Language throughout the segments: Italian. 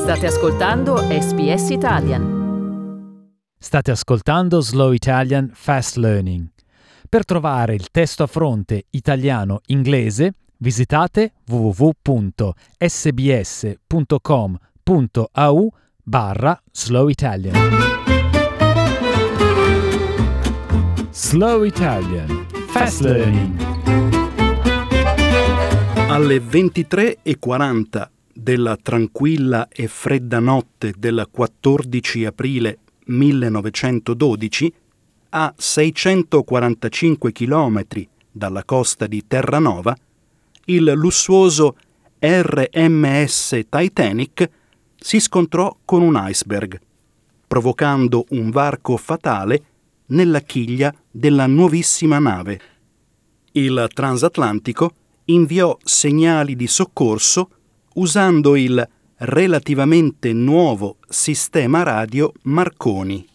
State ascoltando SBS Italian. State ascoltando Slow Italian Fast Learning. Per trovare il testo a fronte italiano-inglese, visitate www.sbs.com.au/Slow Italian. Slow Italian Fast Learning. Alle 23:40 della tranquilla e fredda notte del 14 aprile 1912, a 645 chilometri dalla costa di Terranova, il lussuoso RMS Titanic si scontrò con un iceberg, provocando un varco fatale nella chiglia della nuovissima nave. Il transatlantico inviò segnali di soccorso usando il relativamente nuovo sistema radio Marconi.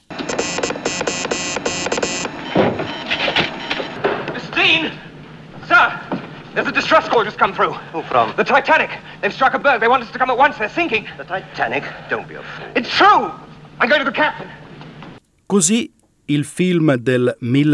Mr. Dean! Sir! There's a distress call just come through. Who from? The Titanic. They've struck a berg. They want us to come at once. They're sinking. The Titanic? Don't be a fool. It's true! I'm going to the captain. Così il film del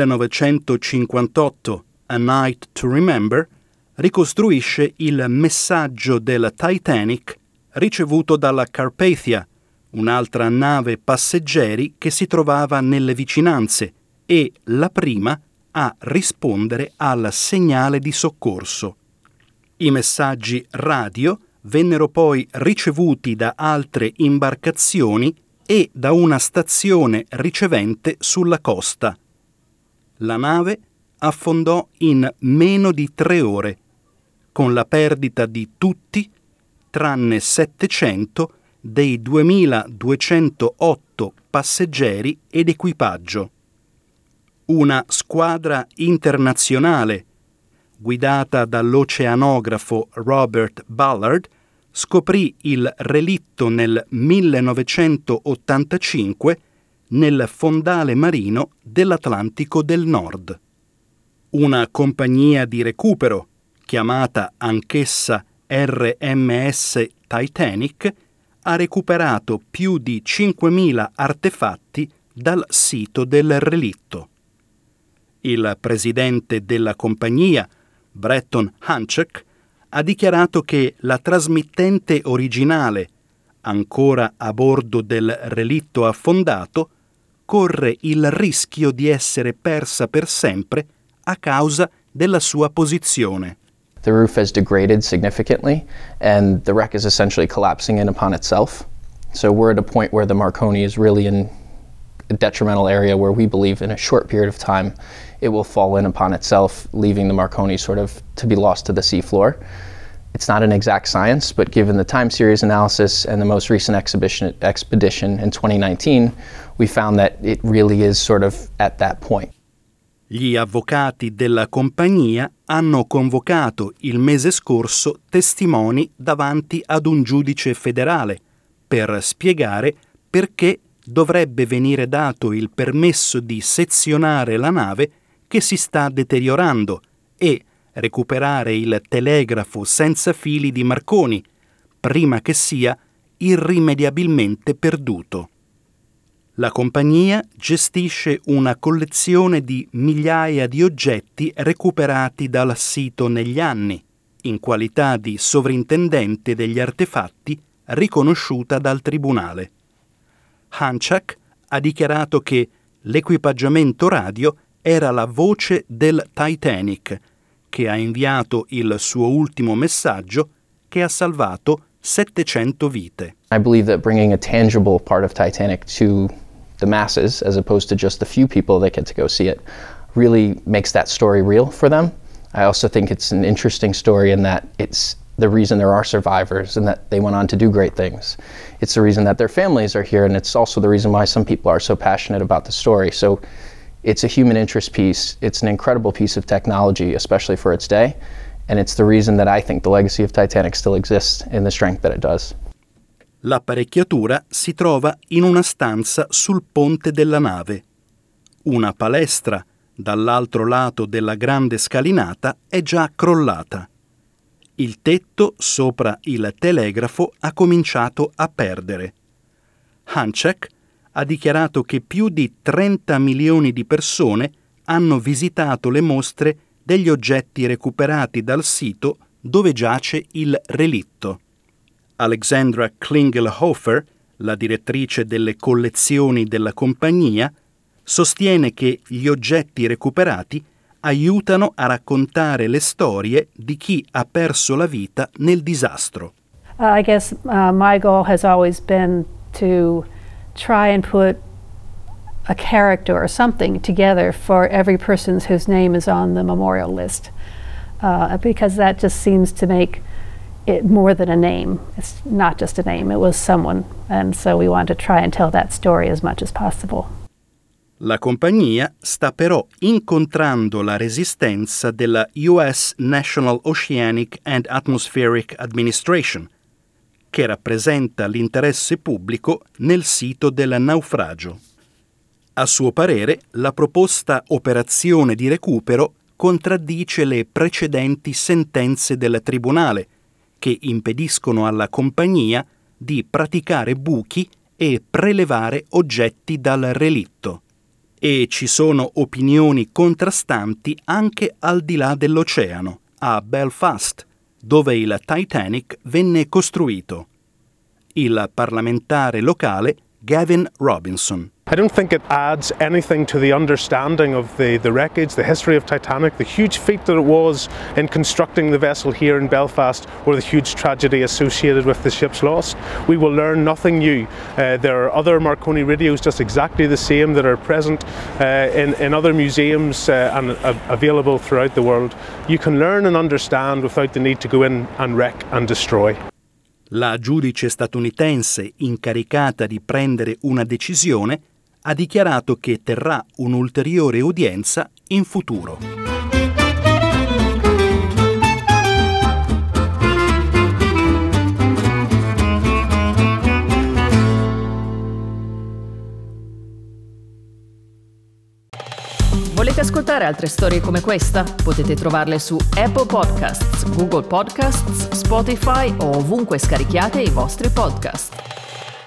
1958, A Night to Remember, ricostruisce il messaggio del Titanic ricevuto dalla Carpathia, un'altra nave passeggeri che si trovava nelle vicinanze e la prima a rispondere al segnale di soccorso. I messaggi radio vennero poi ricevuti da altre imbarcazioni e da una stazione ricevente sulla costa. La nave affondò in meno di 3 ore, con la perdita di tutti, tranne 700 dei 2208 passeggeri ed equipaggio. Una squadra internazionale, guidata dall'oceanografo Robert Ballard, scoprì il relitto nel 1985 nel fondale marino dell'Atlantico del Nord. Una compagnia di recupero, chiamata anch'essa RMS Titanic, ha recuperato più di 5.000 artefatti dal sito del relitto. Il presidente della compagnia, Bretton Hancock, ha dichiarato che la trasmittente originale, ancora a bordo del relitto affondato, corre il rischio di essere persa per sempre a causa della sua posizione. The roof has degraded significantly and the wreck is essentially collapsing in upon itself. So we're at a point where the Marconi is really in a detrimental area where we believe in a short period of time it will fall in upon itself, leaving the Marconi sort of to be lost to the seafloor. It's not an exact science, but given the time series analysis and the most recent expedition in 2019, we found that it really is sort of at that point. Gli avvocati della compagnia hanno convocato il mese scorso testimoni davanti ad un giudice federale per spiegare perché dovrebbe venire dato il permesso di sezionare la nave che si sta deteriorando e recuperare il telegrafo senza fili di Marconi prima che sia irrimediabilmente perduto. La compagnia gestisce una collezione di migliaia di oggetti recuperati dal sito negli anni, in qualità di sovrintendente degli artefatti riconosciuta dal tribunale. Hancock ha dichiarato che l'equipaggiamento radio era la voce del Titanic, che ha inviato il suo ultimo messaggio che ha salvato 700 vite. I believe that bringing a tangible part of Titanic to the masses, as opposed to just the few people that get to go see it, really makes that story real for them. I also think it's an interesting story in that it's the reason there are survivors and that they went on to do great things. It's the reason that their families are here, and it's also the reason why some people are so passionate about the story. So it's a human interest piece. It's an incredible piece of technology, especially for its day, and it's the reason that I think the legacy of Titanic still exists in the strength that it does. L'apparecchiatura si trova in una stanza sul ponte della nave. Una palestra dall'altro lato della grande scalinata è già crollata. Il tetto sopra il telegrafo ha cominciato a perdere. Hunchak ha dichiarato che più di 30 milioni di persone hanno visitato le mostre degli oggetti recuperati dal sito dove giace il relitto. Alexandra Klingelhofer, la direttrice delle collezioni della compagnia, sostiene che gli oggetti recuperati aiutano a raccontare le storie di chi ha perso la vita nel disastro. I guess my goal has always been to try and put a character or something together for every person whose name is on the memorial list, because that just seems to make it more than a name. It's not just a name, it was someone, and so we want to try and tell that story as much as possible. La compagnia sta però incontrando la resistenza della US National Oceanic and Atmospheric Administration, che rappresenta l'interesse pubblico nel sito del naufragio. A suo parere, la proposta operazione di recupero contraddice le precedenti sentenze del tribunale, che impediscono alla compagnia di praticare buchi e prelevare oggetti dal relitto. E ci sono opinioni contrastanti anche al di là dell'oceano, a Belfast, dove il Titanic venne costruito. Il parlamentare locale Gavin Robinson. I don't think it adds anything to the understanding of the wreckage, the history of Titanic, the huge feat that it was in constructing the vessel here in Belfast, or the huge tragedy associated with the ship's loss. We will learn nothing new. There are other Marconi radios just exactly the same that are present in other museums and available throughout the world. You can learn and understand without the need to go in and wreck and destroy. La giudice statunitense incaricata di prendere una decisione ha dichiarato che terrà un'ulteriore udienza in futuro. Volete ascoltare altre storie come questa? Potete trovarle su Apple Podcasts, Google Podcasts, Spotify o ovunque scarichiate i vostri podcast.